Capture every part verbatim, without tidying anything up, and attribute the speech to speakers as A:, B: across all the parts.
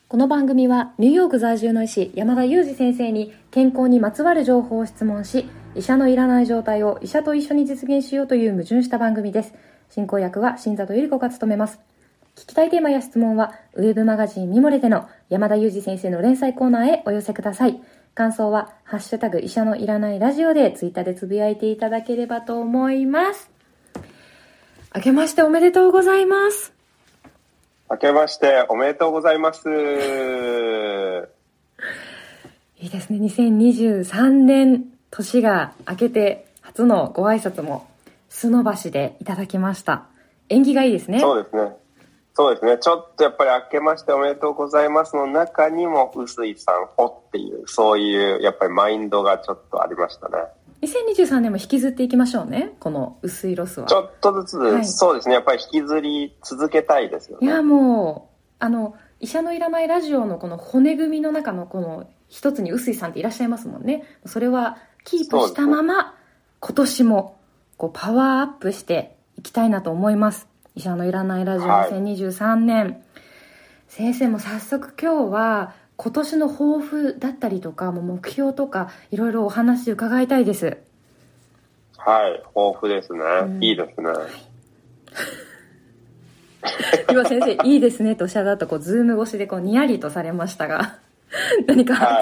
A: この番組はニューヨーク在住の医師山田裕二先生に健康にまつわる情報を質問し、医者のいらない状態を医者と一緒に実現しようという矛盾した番組です。進行役は新里ゆり子が務めます。聞きたいテーマや質問はウェブマガジンミモレでの山田裕二先生の連載コーナーへお寄せください。感想はハッシュタグ医者のいらないラジオでツイッターでつぶやいていただければと思います。明けましておめでとうございます。
B: 明けましておめでとうございます。
A: いいですね。にせんにじゅうさんねん年が明けて初のご挨拶も素伸ばしでいただきました。縁起がいいですね。
B: そうですね。そうですね。ちょっとやっぱり明けましておめでとうございますの中にも臼井さんをっていうそういうやっぱりマインドがちょっとありましたね。
A: にせんにじゅうさんねんも引きずっていきましょうね。この臼井ロスは
B: ちょっとずつ、はい、そうですね。やっぱり引きずり続けたいですよね。
A: いやもうあの医者のいらないラジオのこの骨組みの中のこの一つに臼井さんっていらっしゃいますもんね。それはキープしたまま、ね、今年もこうパワーアップしていきたいなと思います。医者のいらないラジオにせんにじゅうさんねん、はい、先生も早速今日は今年の抱負だったりとか目標とかいろいろお話伺いたいです。
B: はい、抱負ですね、うん、いいですね、はい、
A: 今先生いいですねとおっしゃった後こうズーム越しでこうニヤリとされましたが何か、はい、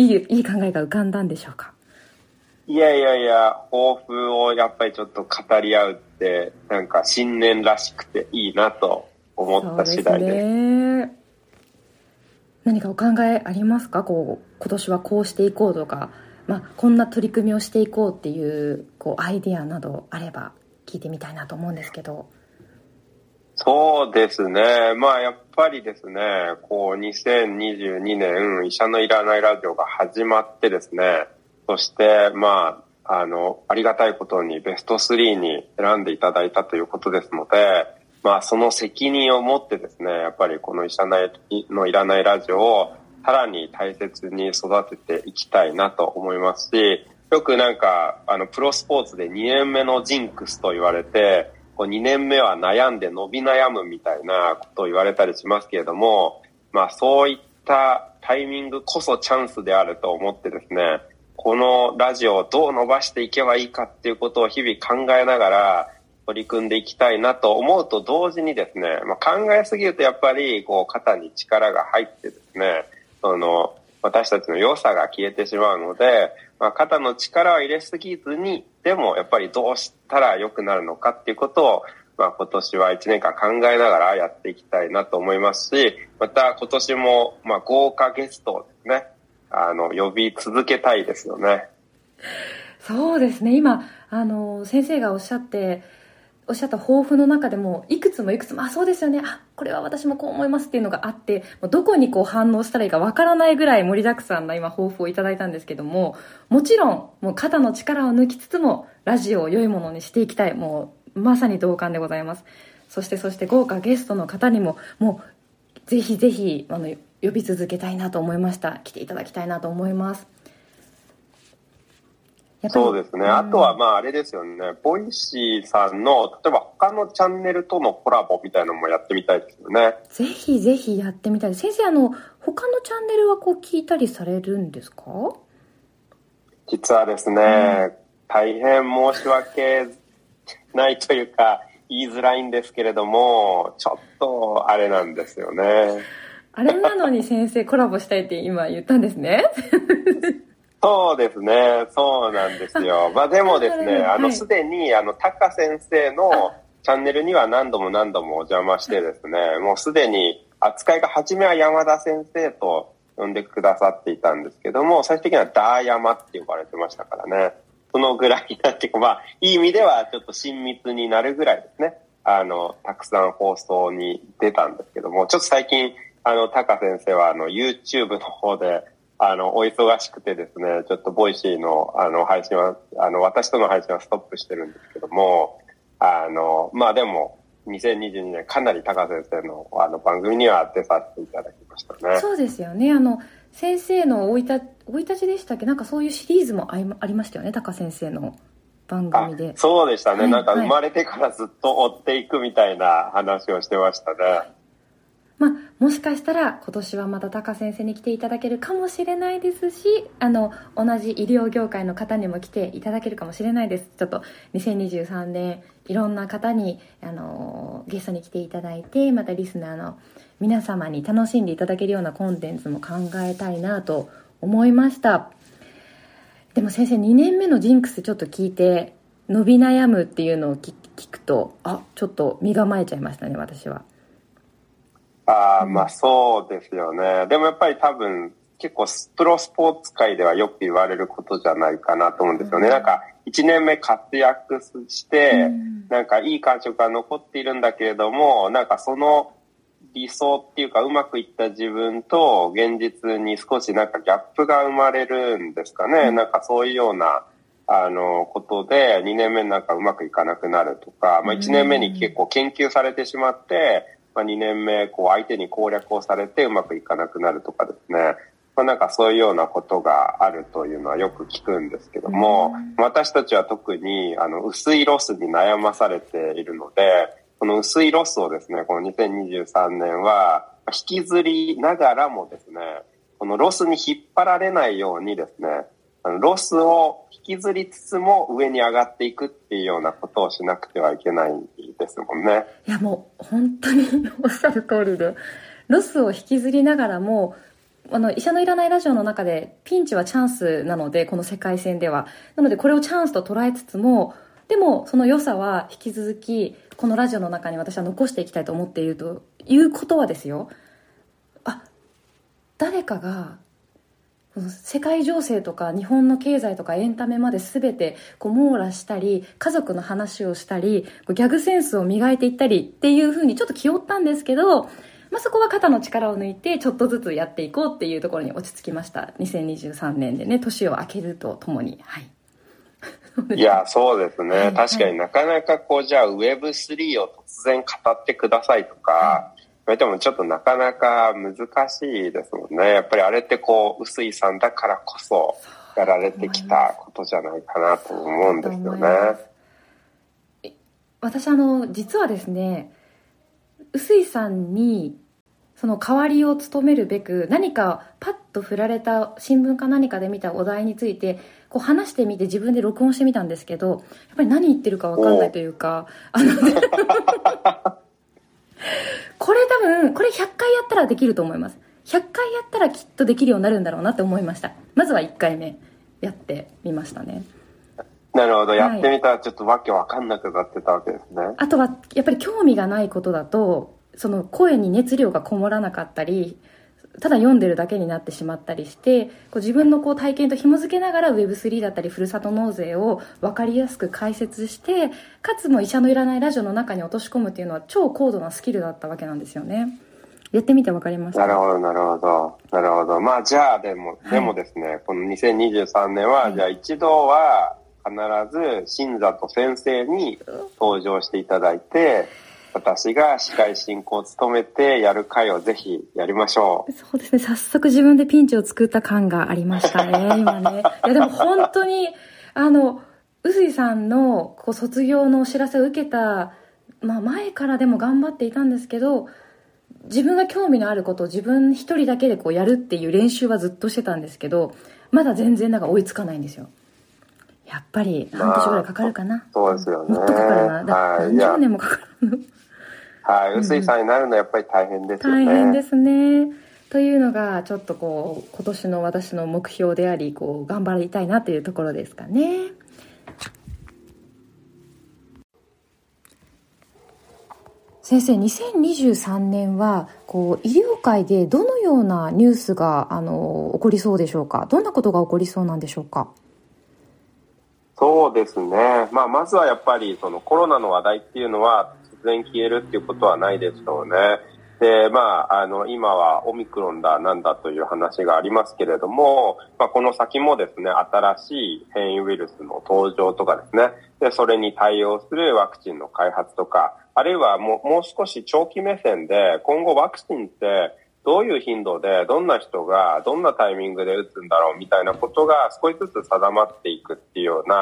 A: いい、いい考えが浮かんだんでしょうか。
B: いやいやいや、抱負をやっぱりちょっと語り合うってなんか新年らしくていいなと思った次第です。そうですね。
A: 何かお考えありますか？こう今年はこうしていこうとか、まあ、こんな取り組みをしていこうっていう、こうアイデアなどあれば聞いてみたいなと思うんですけど。
B: そうですね。まあやっぱりですね、こうにせんにじゅうにねん医者のいらないラジオが始まってですね、そしてまああのありがたいことにベストスリーに選んでいただいたということですので、まあその責任を持ってですね、やっぱりこの医者のいらないラジオをさらに大切に育てていきたいなと思いますし、よくなんかあのプロスポーツでにねんめのジンクスと言われて、こうにねんめは悩んで伸び悩むみたいなことを言われたりしますけれども、まあそういったタイミングこそチャンスであると思ってですね、このラジオをどう伸ばしていけばいいかっていうことを日々考えながら取り組んでいきたいなと思うと同時にですね、まあ、考えすぎるとやっぱりこう肩に力が入ってですね、その私たちの良さが消えてしまうので、まあ、肩の力を入れすぎずに、でもやっぱりどうしたら良くなるのかっていうことを、まあ、今年はいちねんかん考えながらやっていきたいなと思いますし、また今年もまあ豪華ゲストをですね、あの呼び続けたいですよね。
A: そうですね。今あの先生がおっしゃっておっしゃった抱負の中でもいくつもいくつもあそうですよね、あこれは私もこう思いますっていうのがあって、どこにこう反応したらいいかわからないぐらい盛りだくさんな今抱負をいただいたんですけども、もちろんもう肩の力を抜きつつもラジオを良いものにしていきたい、もうまさに同感でございます。そしてそして豪華ゲストの方にももうぜひぜひあの呼び続けたいなと思いました。来ていただきたいなと思います。
B: そうですね、うん、あとはまああれですよね、ボイシーさんの例えば他のチャンネルとのコラボみたいなのもやってみたいですよね。
A: ぜひぜひやってみたい。先生あの他のチャンネルはこう聞いたりされるんですか？
B: 実はですね、うん、大変申し訳ないというか言いづらいんですけれども、ちょっとあれなんですよね。
A: あれなのに先生コラボしたいって今言ったんですね。
B: そうですね、そうなんですよ。まあでもですね、あのすでにあのタカ先生のチャンネルには何度も何度もお邪魔してですね、もうすでに扱いが初めは山田先生と呼んでくださっていたんですけども、最終的にはダーヤマって呼ばれてましたからね。そのぐらいになってまあいい意味ではちょっと親密になるぐらいですね。あのたくさん放送に出たんですけども、ちょっと最近あのタカ先生はあの YouTube の方であの、お忙しくてですね、ちょっとボイシーの、あの、配信は、あの、私との配信はストップしてるんですけども、あの、まあでも、にせんにじゅうにねんかなり高先生の、あの、番組には出させていただきましたね。
A: そうですよね。あの、先生の生いた、生い立ちでしたっけ？なんかそういうシリーズもあり、ありましたよね、高先生の番組で。
B: そうでしたね、はい。なんか生まれてからずっと追っていくみたいな話をしてましたね。はい、
A: まあ、もしかしたら今年はまたタカ先生に来ていただけるかもしれないですし、あの同じ医療業界の方にも来ていただけるかもしれないです。ちょっとにせんにじゅうさんねんいろんな方にあのゲストに来ていただいて、またリスナーの皆様に楽しんでいただけるようなコンテンツも考えたいなと思いました。でも先生、にねんめのジンクスちょっと聞いて伸び悩むっていうのを聞くと、あ、ちょっと身構えちゃいましたね、私は。
B: ああ、まあそうですよね。でもやっぱり多分結構プロスポーツ界ではよく言われることじゃないかなと思うんですよね。うん、なんかいちねんめ活躍して、うん、なんかいい感触が残っているんだけれども、なんかその理想っていうかうまくいった自分と現実に少しなんかギャップが生まれるんですかね。うん、なんかそういうようなあのことでにねんめなんかうまくいかなくなるとか、まあいちねんめに結構研究されてしまって、まあ、にねんめこう相手に攻略をされてうまくいかなくなるとかですね、まあ、なんかそういうようなことがあるというのはよく聞くんですけども、私たちは特にあの薄いロスに悩まされているので、この薄いロスをですね、このにせんにじゅうさんねんは引きずりながらもですね、このロスに引っ張られないようにですね、ロスを引きずりつつも上に上がっていくっていうようなことをしなくてはいけないですもんね。
A: いやもう本当におっしゃる通りで、ロスを引きずりながらも、あの医者のいらないラジオの中でピンチはチャンスなので、この世界線ではなのでこれをチャンスと捉えつつも、でもその良さは引き続きこのラジオの中に私は残していきたいと思っているということはですよ、あ、誰かが世界情勢とか日本の経済とかエンタメまで全てこう網羅したり、家族の話をしたり、ギャグセンスを磨いていったりっていう風にちょっと気負ったんですけど、まあ、そこは肩の力を抜いてちょっとずつやっていこうっていうところに落ち着きました。にせんにじゅうさんねんでね、年を明けるとともに。はい。
B: いや、そうですね。はい、確かになかなかこう、じゃあ ウェブスリー を突然語ってくださいとか、はい、それでもちょっとなかなか難しいですもんね。やっぱりあれってこう、臼井さんだからこそやられてきたことじゃないかなと思うんですよね。
A: 私あの、実はですね、臼井さんにその代わりを務めるべく、何かパッと振られた新聞か何かで見たお題についてこう話してみて自分で録音してみたんですけど、やっぱり何言ってるか分かんないというか、あのこれ多分これひゃっかいやったらできると思います。ひゃっかいやったらきっとできるようになるんだろうなって思いました。まずはいっかいめやってみましたね。
B: なるほど、やってみたらちょっとわけわかんなくなってたわけですね。
A: あとはやっぱり興味がないことだと、その声に熱量がこもらなかったり、ただ読んでるだけになってしまったりして、こう自分のこう体験と紐付けながら ウェブスリー だったりふるさと納税を分かりやすく解説して、かつも医者のいらないラジオの中に落とし込むっていうのは超高度なスキルだったわけなんですよね。やってみて分かりました。
B: なるほどなるほどなるほど。まあじゃあでも、はい、でもですね、このにせんにじゅうさんねんは、はい、じゃあ一度は必ず新里先生に登場していただいて、私が司会進行を務めてやる会をぜひやりましょう。
A: そうですね。早速自分でピンチを作った感がありましたね、今ね。いやでも本当に、あの、臼井さんのこう卒業のお知らせを受けた、まあ前からでも頑張っていたんですけど、自分が興味のあることを自分一人だけでこうやるっていう練習はずっとしてたんですけど、まだ全然なんか追いつかないんですよ。やっぱり半年ぐらいかかるかな。まあ、
B: そうですよね。
A: もっとかかるな。だ
B: はい、
A: 何十年もかかるの。
B: はい、臼井さんになるのはやっぱり大変ですよね。
A: 大変ですね。というのがちょっとこう今年の私の目標であり、こう頑張りたいなというところですかね。先生、にせんにじゅうさんねんはこう医療界でどのようなニュースがあの起こりそうでしょうか。どんなことが起こりそうなんでしょうか。
B: そうですね。まあまずはやっぱりそのコロナの話題っていうのは突然消えるっていうことはないでしょうね。で、まあ、あの、今はオミクロンだなんだという話がありますけれども、まあ、この先もですね、新しい変異ウイルスの登場とかですね、で、それに対応するワクチンの開発とか、あるいはもう、もう少し長期目線で、今後ワクチンってどういう頻度で、どんな人が、どんなタイミングで打つんだろうみたいなことが少しずつ定まっていくっていうような、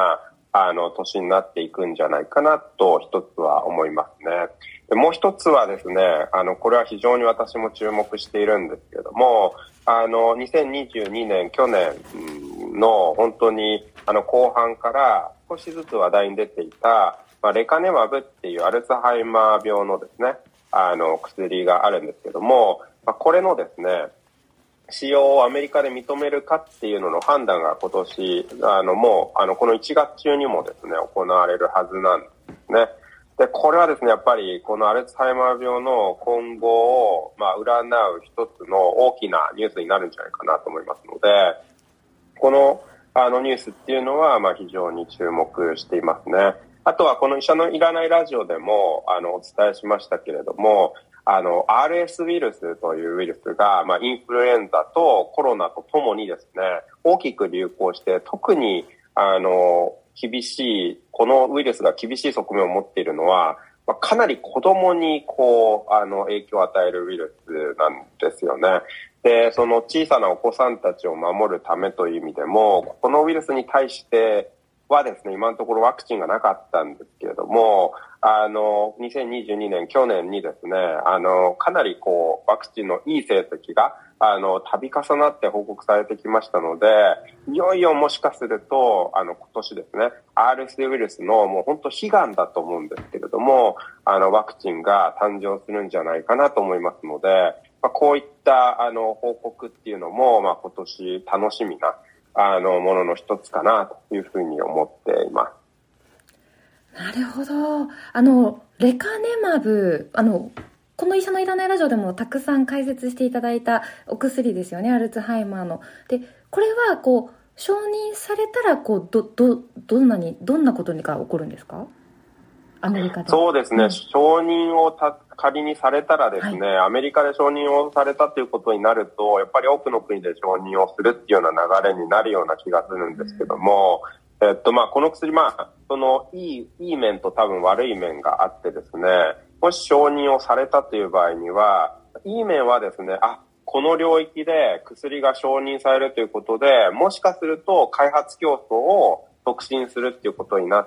B: あの、年になっていくんじゃないかなと一つは思いますね。でもう一つはですね、あの、これは非常に私も注目しているんですけれども、あの、にせんにじゅうにねん、去年の本当にあの後半から少しずつ話題に出ていた、まあ、レカネマブっていうアルツハイマー病のですね、あの、薬があるんですけども、まあ、これのですね、使用をアメリカで認めるかっていうのの判断が今年、あの、もう、あの、このいちがつ中にもですね、行われるはずなんですね。で、これはですね、やっぱり、このアルツハイマー病の今後を、まあ、占う一つの大きなニュースになるんじゃないかなと思いますので、この、あの、ニュースっていうのは、まあ、非常に注目していますね。あとは、この医者のいらないラジオでも、あの、お伝えしましたけれども、あの、アールエス ウイルスというウイルスが、まあ、インフルエンザとコロナとともにですね、大きく流行して、特に、あの、厳しい、このウイルスが厳しい側面を持っているのは、まあ、かなり子供に、こう、あの、影響を与えるウイルスなんですよね。で、その小さなお子さんたちを守るためという意味でも、このウイルスに対してはですね、今のところワクチンがなかったんですけれども、あの、にせんにじゅうにねん、去年にですね、あの、かなりこう、ワクチンのいい成績が、あの、度重なって報告されてきましたので、いよいよもしかすると、あの、今年ですね、アールエス ウイルスのもう本当悲願だと思うんですけれども、あの、ワクチンが誕生するんじゃないかなと思いますので、まあ、こういった、あの、報告っていうのも、まあ、今年楽しみな、あの、ものの一つかなというふうに思っています。
A: なるほど。あの、レカネマブ、あの、この医者のいらないラジオでもたくさん解説していただいたお薬ですよね、アルツハイマーの。で、これは、こう、承認されたら、こう、ど、ど、どんなに、どんなことが起こるんですか？アメリカで。
B: そうですね、うん、承認をた仮にされたらですね、はい、アメリカで承認をされたということになると、やっぱり多くの国で承認をするっていうような流れになるような気がするんですけども、うん、えっと、まあ、この薬、まあ、その、いい、いい面と多分悪い面があってですね、もし承認をされたという場合には、いい面はですね、あ、この領域で薬が承認されるということで、もしかすると開発競争を促進するっていうことになって、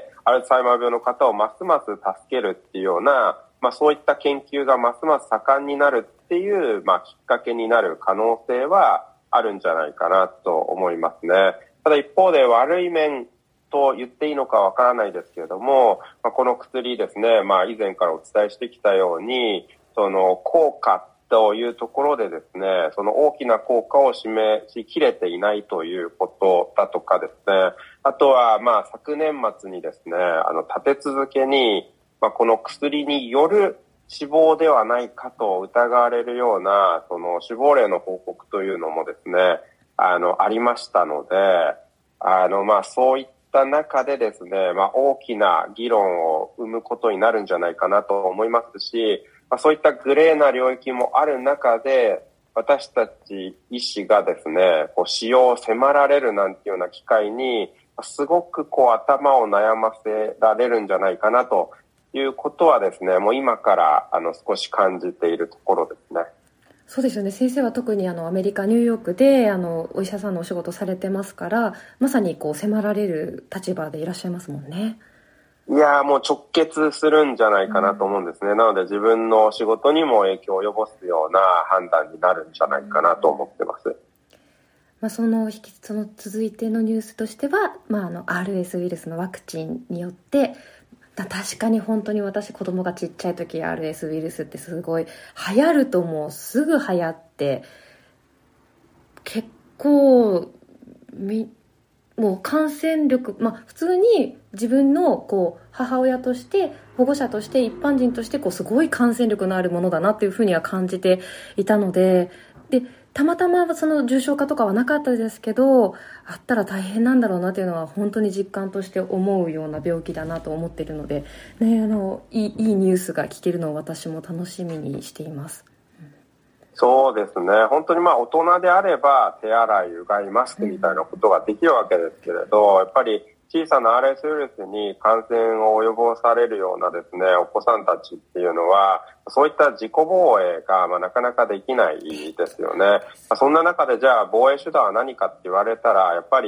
B: アルツハイマー病の方をますます助けるっていうような、まあそういった研究がますます盛んになるっていう、まあきっかけになる可能性はあるんじゃないかなと思いますね。ただ一方で悪い面と言っていいのかわからないですけれども、まあ、この薬ですね、まあ以前からお伝えしてきたように、その効果というところでですね、その大きな効果を示しきれていないということだとかですね、あとはまあ昨年末にですね、あの立て続けに、まあ、この薬による死亡ではないかと疑われるような、その死亡例の報告というのもですね、あの、ありましたので、あの、まあそういった中でですね、まあ大きな議論を生むことになるんじゃないかなと思いますし、まあ、そういったグレーな領域もある中で、私たち医師がですね、こう使用を迫られるなんていうような機会に、すごくこう頭を悩ませられるんじゃないかなということはですね、もう今からあの少し感じているところですね。
A: そうですよね。先生は特にあのアメリカニューヨークであのお医者さんのお仕事されてますから、まさにこう迫られる立場でいらっしゃいますもんね。
B: いやーもう直結するんじゃないかなと思うんですね。うん、なので自分の仕事にも影響を及ぼすような判断になるんじゃないかなと思ってます。うん、
A: まあ、その引きその続いてのニュースとしては、まあ、あの アールエス ウイルスのワクチンによって確かに本当に私子供がちっちゃい時 アールエス ウイルスってすごい流行るともうすぐ流行って結構みもう感染力、まあ、普通に自分のこう母親として保護者として一般人としてこうすごい感染力のあるものだなっていうふうには感じていたので、でたまたまその重症化とかはなかったですけど、あったら大変なんだろうなっていうのは本当に実感として思うような病気だなと思っているので、ね、あのいい、いいニュースが聞けるのを私も楽しみにしています。
B: そうですね。本当にまあ大人であれば手洗い、うがい、マスクみたいなことができるわけですけれど、やっぱり小さな アールエス ウイルスに感染を及ぼされるようなですね、お子さんたちっていうのは、そういった自己防衛がまあなかなかできないですよね。そんな中でじゃあ防衛手段は何かって言われたら、やっぱり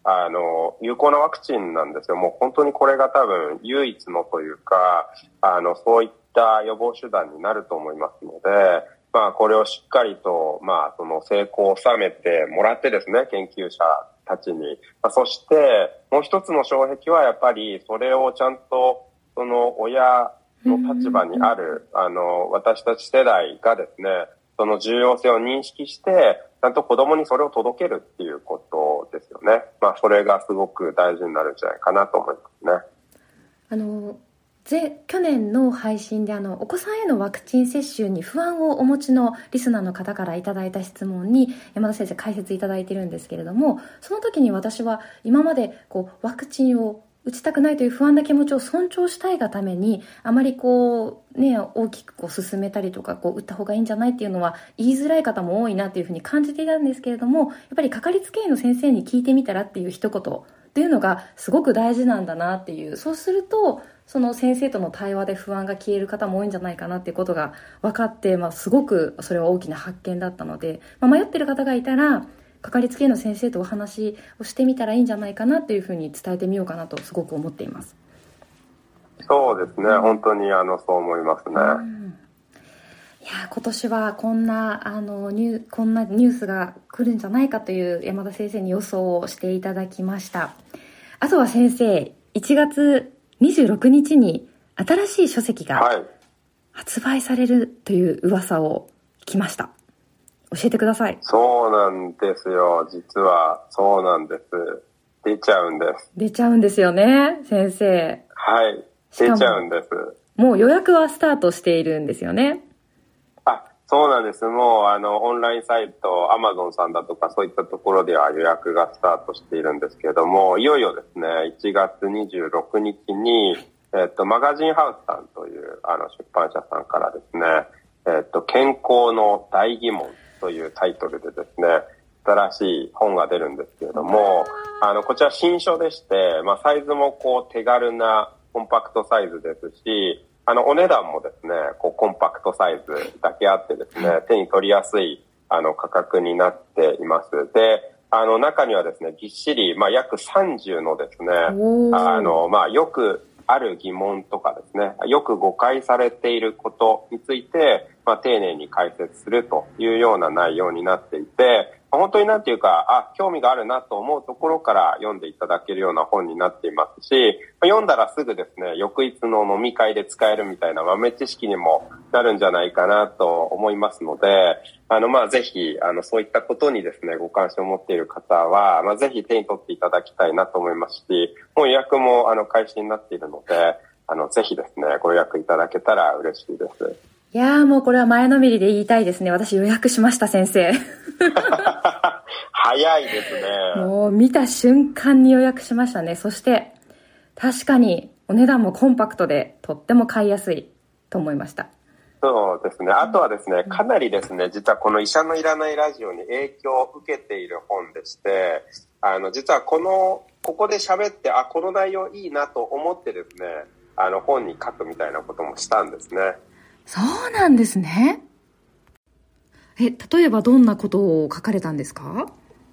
B: あの、有効なワクチンなんですよ。もう本当にこれが多分唯一のというか、あの、そういった予防手段になると思いますので、まあこれをしっかりと、まあその成功を収めてもらってですね、研究者たちに。まあ、そしてもう一つの障壁はやっぱりそれをちゃんとその親の立場にある、あの、私たち世代がですね、その重要性を認識して、ちゃんと子供にそれを届けるっていうことですよね。まあそれがすごく大事になるんじゃないかなと思いますね。
A: あのぜ去年の配信であのお子さんへのワクチン接種に不安をお持ちのリスナーの方からいただいた質問に山田先生解説いただいているんですけれども、その時に私は今までこうワクチンを打ちたくないという不安な気持ちを尊重したいがためにあまりこう、ね、大きくこう進めたりとかこう打った方がいいんじゃないっていうのは言いづらい方も多いなというふうに感じていたんですけれども、やっぱりかかりつけ医の先生に聞いてみたらっていう一言っていうのがすごく大事なんだなっていう、そうするとその先生との対話で不安が消える方も多いんじゃないかなっていうことが分かって、まあ、すごくそれは大きな発見だったので、まあ、迷ってる方がいたらかかりつけ医の先生とお話をしてみたらいいんじゃないかなっていうふうに伝えてみようかなとすごく思っています。
B: そうですね、うん、本当にあのそう思いますね、うん、
A: いや今年はこんなあのニュこんなニュースが来るんじゃないかという山田先生に予想をしていただきました。あとは先生、いちがつにじゅうろくにちに新しい書籍が発売されるという噂を聞きました。教えてください。
B: そうなんですよ。実はそうなんです。出ちゃうんです。
A: 出ちゃうんですよね、先生。
B: はい、出ちゃうんです。
A: もう予約はスタートしているんですよね。
B: あ、そうなんです。もうあのオンラインサイト、アマゾンさんだとかそういったところでは予約がスタートしているんですけれども、いよいよですね、いちがつにじゅうろくにちに、えっと、マガジンハウスさんというあの出版社さんからですね、えっと、健康の大疑問というタイトルでですね、新しい本が出るんですけれども、あの、こちら新書でして、まあ、サイズもこう手軽なコンパクトサイズですし、あの、お値段もですね、こうコンパクトサイズだけあってですね、手に取りやすいあの価格になっています。で、あの中にはですね、ぎっしり、まあ、約さんじゅうのですね、あの、まあ、よくある疑問とかですね、よく誤解されていることについて、まあ、丁寧に解説するというような内容になっていて、本当になんていうか、あ、興味があるなと思うところから読んでいただけるような本になっていますし、読んだらすぐですね、翌日の飲み会で使えるみたいな豆知識にもなるんじゃないかなと思いますので、あの、まあ、ぜひ、あの、そういったことにですね、ご関心を持っている方は、まあ、ぜひ手に取っていただきたいなと思いますし、もう予約も、あの、開始になっているので、あの、ぜひですね、ご予約いただけたら嬉しいです。
A: いやーもうこれは前のめりで言いたいですね。私予約しました、先生。
B: 早いですね。
A: もう見た瞬間に予約しましたね。そして確かにお値段もコンパクトでとっても買いやすいと思いました。
B: そうですね。あとはですね、かなりですね、実はこの医者のいらないラジオに影響を受けている本でして、あの、実はこの、ここで喋って、あ、この内容いいなと思ってですね、あの、本に書くみたいなこともしたんですね。
A: そうなんですね。え、例えばどんなことを書かれたんですか？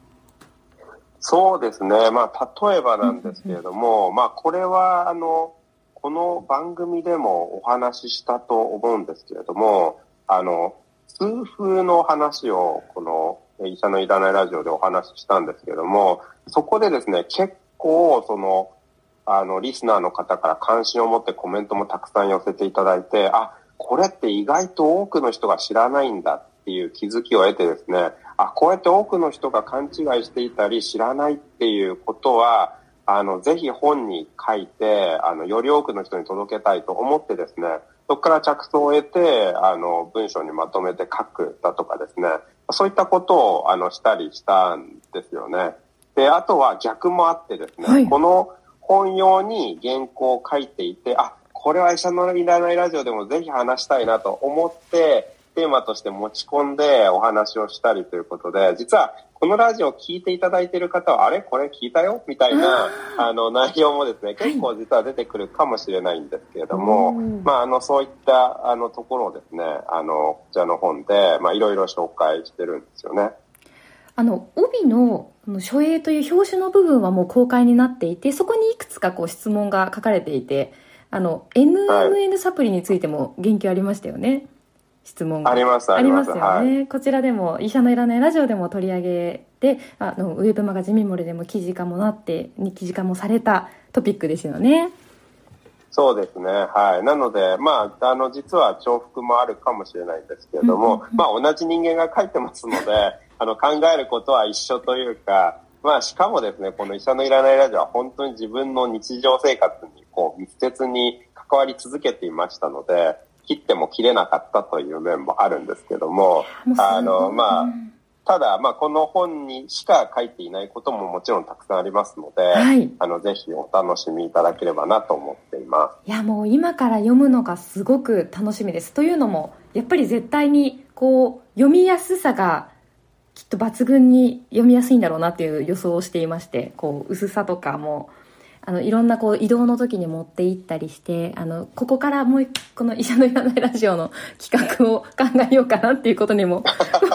B: そうですね。まあ、例えばなんですけれども、うんうん、まあ、これは、あの、この番組でもお話ししたと思うんですけれども、あの、痛風の話を、この、医者のいらないラジオでお話ししたんですけれども、そこでですね、結構、その、あの、リスナーの方から関心を持ってコメントもたくさん寄せていただいて、あ、これって意外と多くの人が知らないんだっていう気づきを得てですね、あ、こうやって多くの人が勘違いしていたり知らないっていうことは、あの、ぜひ本に書いて、あの、より多くの人に届けたいと思ってですね、そこから着想を得て、あの、文章にまとめて書くだとかですね、そういったことを、あの、したりしたんですよね。で、あとは逆もあってですね、はい、この本用に原稿を書いていて、あ、これは医者のいらないラジオでもぜひ話したいなと思ってテーマとして持ち込んでお話をしたりということで、実はこのラジオを聞いていただいている方はあれこれ聞いたよみたいなあの内容もですね、結構実は出てくるかもしれないんですけれども、はい、まああのそういったあのところをですね、あのこちらの本でまあいろいろ紹介してるんですよね。
A: あの帯の書影という表紙の部分はもう公開になっていて、そこにいくつかこう質問が書かれていて、あの エヌエムエヌ サプリについても言及ありましたよね。質問が
B: あります
A: ありますよね、
B: はい、
A: こちらでも医者のいらないラジオでも取り上げて、あのウェブマガジンミモレでも記事化もなって記事化もされたトピックですよね。
B: そうですね、はい。なので、まあ、あの実は重複もあるかもしれないんですけれども、うんうんうん、まあ、同じ人間が書いてますのであの考えることは一緒というか、まあ、しかもですね、この医者のいらないラジオは本当に自分の日常生活にこう密接に関わり続けていましたので、切っても切れなかったという面もあるんですけども、あの、まあ、ただ、まあ、この本にしか書いていないことももちろんたくさんありますので、はい、あのぜひお楽しみいただければなと思っています。
A: いや、もう今から読むのがすごく楽しみです。というのも、やっぱり絶対にこう読みやすさがきっと抜群に読みやすいんだろうなっていう予想をしていまして、こう薄さとかもあのいろんなこう移動の時に持って行ったりして、あのここからもうこの医者のいらないラジオの企画を考えようかなっていうことにも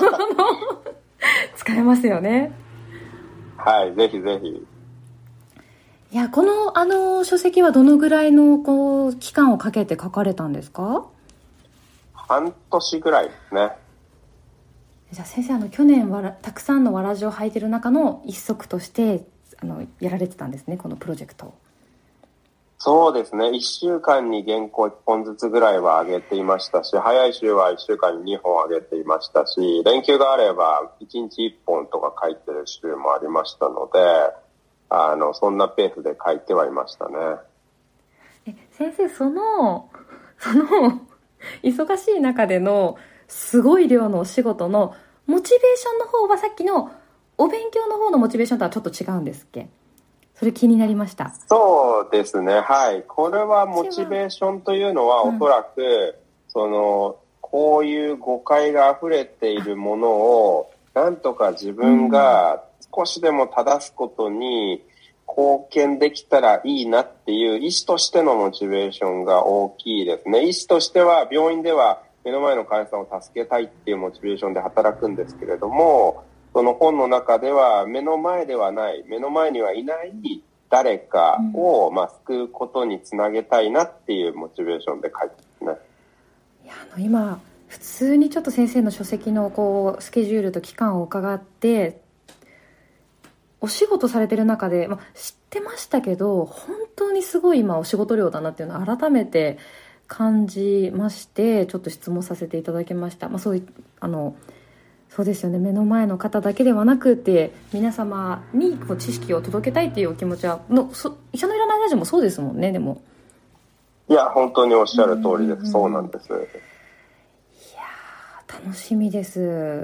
A: 使えますよね。
B: はい、ぜひぜひ。
A: いや、このあの書籍はどのぐらいのこう期間をかけて書かれたんですか？
B: 半年ぐらいですね。
A: じゃあ先生、あの去年わらたくさんのわらじを履いてる中の一足としてあのやられてたんですね、このプロジェクト。
B: そうですね、いっしゅうかんに原稿いっぽんずつぐらいは上げていましたし、早い週はいっしゅうかんににほん上げていましたし、連休があればいちにちいっぽんとか書いてる週もありましたので、あのそんなペースで書いてはいましたね。
A: え、先生、そのその忙しい中でのすごい量のお仕事のモチベーションの方は、さっきのお勉強の方のモチベーションとはちょっと違うんですっけ？それ気になりました。
B: そうですね、はい。これはモチベーションというのは、おそらく、うん、そのこういう誤解があふれているものをなんとか自分が少しでも正すことに貢献できたらいいなっていう医師としてのモチベーションが大きいですね。医師としては病院では目の前の患者さんを助けたいっていうモチベーションで働くんですけれども、その本の中では目の前ではない、目の前にはいない誰かを、まあ、救うことにつなげたいなっていうモチベーションで書いてますね。
A: いや、あの今普通にちょっと先生の書籍のこうスケジュールと期間を伺って、お仕事されてる中で、まあ、知ってましたけど、本当にすごい今お仕事量だなっていうのを改めて感じまして、ちょっと質問させていただきました。まあ、そういうあのそうですよね、目の前の方だけではなくて皆様にこう知識を届けたいっていうお気持ちはのそ医者のいらないラジオもそうですもんね。でも
B: いや、本当におっしゃる通りです。そうなんです。いや、
A: 楽しみです。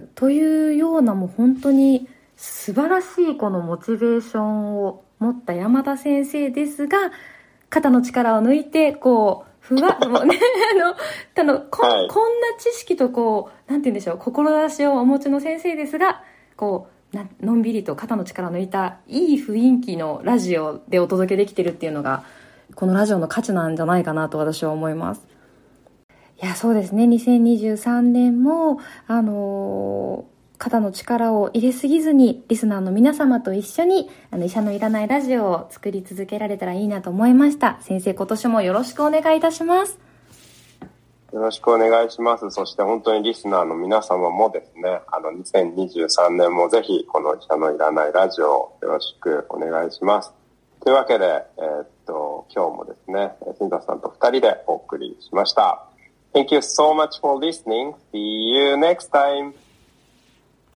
A: というような、もう本当に素晴らしいこのモチベーションを持った山田先生ですが、肩の力を抜いてこうふわもうねあのこ, はい、こんな知識とこうなんて言うんでしょう、志をお持ちの先生ですが、こうなのんびりと肩の力を抜いたいい雰囲気のラジオでお届けできてるっていうのがこのラジオの価値なんじゃないかなと私は思います。いや、そうですね、にせんにじゅうさんねんもあのー肩の力を入れすぎずに、リスナーの皆様と一緒にあの医者のいらないラジオを作り続けられたらいいなと思いました。先生、今年もよろしくお願いいたします。
B: よろしくお願いします。そして本当にリスナーの皆様もですね、あのにせんにじゅうさんねんもぜひこの医者のいらないラジオをよろしくお願いします。というわけで、えー、っと今日もですね、新田さんとふたりでお送りしました。Thank you so much for listening. See you next time.